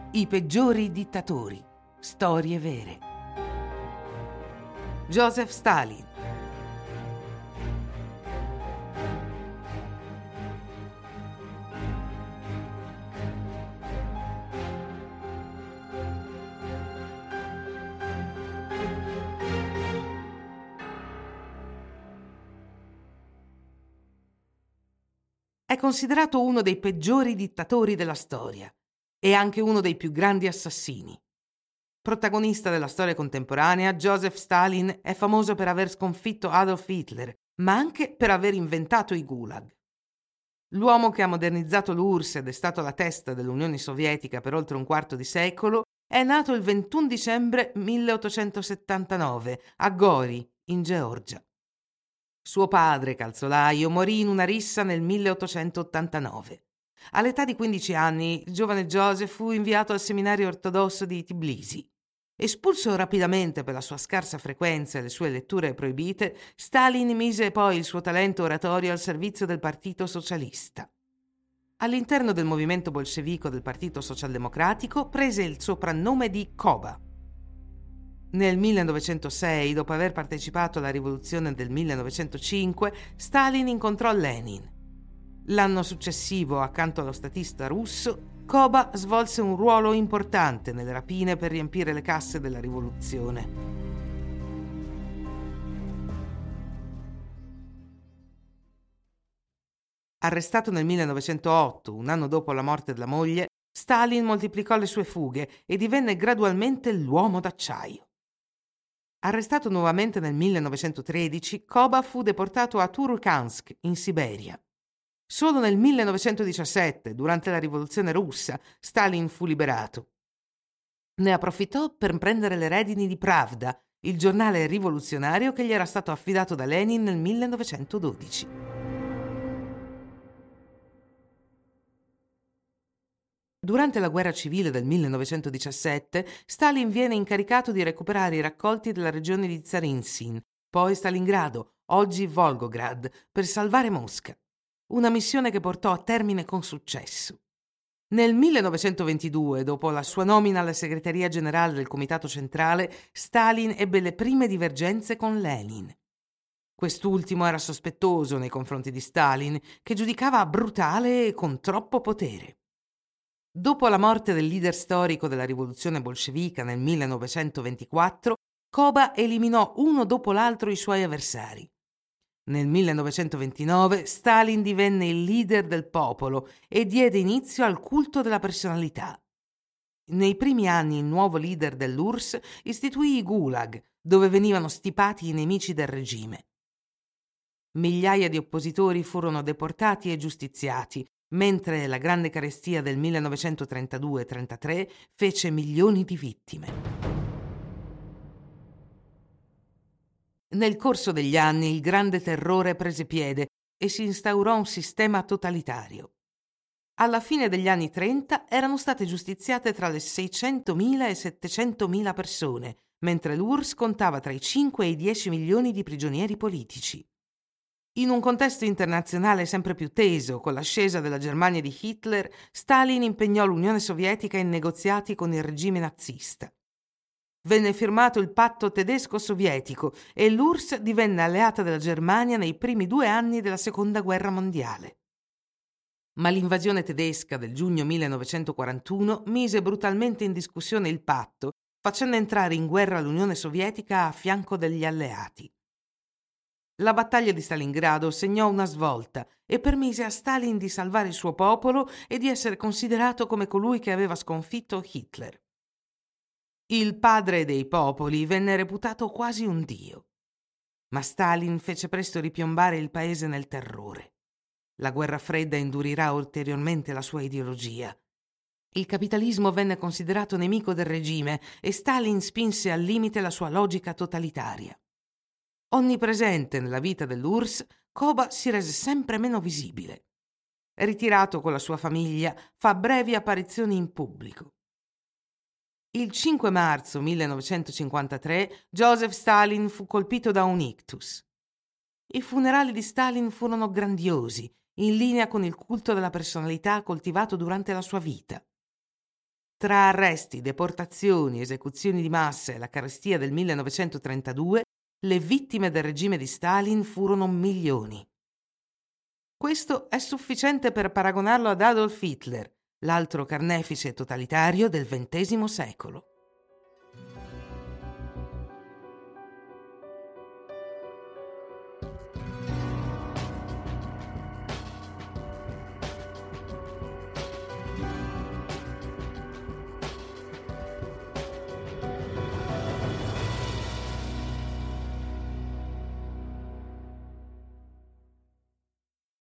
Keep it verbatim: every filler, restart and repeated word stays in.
I peggiori dittatori. Storie vere. Joseph Stalin. È considerato uno dei peggiori dittatori della storia e anche uno dei più grandi assassini. Protagonista della storia contemporanea, Joseph Stalin è famoso per aver sconfitto Adolf Hitler, ma anche per aver inventato i Gulag. L'uomo che ha modernizzato l'U R S S ed è stato alla testa dell'Unione Sovietica per oltre un quarto di secolo è nato il ventuno dicembre milleottocentosettantanove a Gori, in Georgia. Suo padre, calzolaio, morì in una rissa nel milleottocentottantanove. All'età di quindici anni, il giovane Joseph fu inviato al seminario ortodosso di Tbilisi. Espulso rapidamente per la sua scarsa frequenza e le sue letture proibite, Stalin mise poi il suo talento oratorio al servizio del Partito Socialista. All'interno del movimento bolscevico del Partito Socialdemocratico prese il soprannome di Koba. Nel millenovecentosei, dopo aver partecipato alla rivoluzione del millenovecentocinque, Stalin incontrò Lenin. L'anno successivo, accanto allo statista russo, Koba svolse un ruolo importante nelle rapine per riempire le casse della rivoluzione. Arrestato nel millenovecentootto, un anno dopo la morte della moglie, Stalin moltiplicò le sue fughe e divenne gradualmente l'uomo d'acciaio. Arrestato nuovamente nel millenovecentotredici, Koba fu deportato a Turkansk, in Siberia. Solo nel millenovecentodiciassette, durante la rivoluzione russa, Stalin fu liberato. Ne approfittò per prendere le redini di Pravda, il giornale rivoluzionario che gli era stato affidato da Lenin nel millenovecentododici. Durante la guerra civile del millenovecentodiciassette, Stalin viene incaricato di recuperare i raccolti della regione di Zarintsin, poi Stalingrado, oggi Volgograd, per salvare Mosca. Una missione che portò a termine con successo. Nel millenovecentoventidue, dopo la sua nomina alla segreteria generale del Comitato Centrale, Stalin ebbe le prime divergenze con Lenin. Quest'ultimo era sospettoso nei confronti di Stalin, che giudicava brutale e con troppo potere. Dopo la morte del leader storico della rivoluzione bolscevica nel millenovecentoventiquattro, Koba eliminò uno dopo l'altro i suoi avversari. Nel millenovecentoventinove Stalin divenne il leader del popolo e diede inizio al culto della personalità. Nei primi anni il nuovo leader dell'U R S S istituì i Gulag, dove venivano stipati i nemici del regime. Migliaia di oppositori furono deportati e giustiziati, mentre la grande carestia del millenovecentotrentadue trentatré fece milioni di vittime. Nel corso degli anni il grande terrore prese piede e si instaurò un sistema totalitario. Alla fine degli anni trenta erano state giustiziate tra le seicentomila e settecentomila persone, mentre l'U R S S contava tra i cinque e i dieci milioni di prigionieri politici. In un contesto internazionale sempre più teso, con l'ascesa della Germania di Hitler, Stalin impegnò l'Unione Sovietica in negoziati con il regime nazista. Venne firmato il patto tedesco-sovietico e l'U R S S divenne alleata della Germania nei primi due anni della Seconda Guerra Mondiale. Ma l'invasione tedesca del giugno millenovecentoquarantuno mise brutalmente in discussione il patto, facendo entrare in guerra l'Unione Sovietica a fianco degli alleati. La battaglia di Stalingrado segnò una svolta e permise a Stalin di salvare il suo popolo e di essere considerato come colui che aveva sconfitto Hitler. Il padre dei popoli venne reputato quasi un dio. Ma Stalin fece presto ripiombare il paese nel terrore. La guerra fredda indurirà ulteriormente la sua ideologia. Il capitalismo venne considerato nemico del regime e Stalin spinse al limite la sua logica totalitaria. Onnipresente nella vita dell'U R S S, Koba si rese sempre meno visibile. Ritirato con la sua famiglia, fa brevi apparizioni in pubblico. Il cinque marzo millenovecentocinquantatré Joseph Stalin fu colpito da un ictus. I funerali di Stalin furono grandiosi, in linea con il culto della personalità coltivato durante la sua vita. Tra arresti, deportazioni, esecuzioni di massa e la carestia del millenovecentotrentadue, le vittime del regime di Stalin furono milioni. Questo è sufficiente per paragonarlo ad Adolf Hitler, l'altro carnefice totalitario del ventesimo secolo.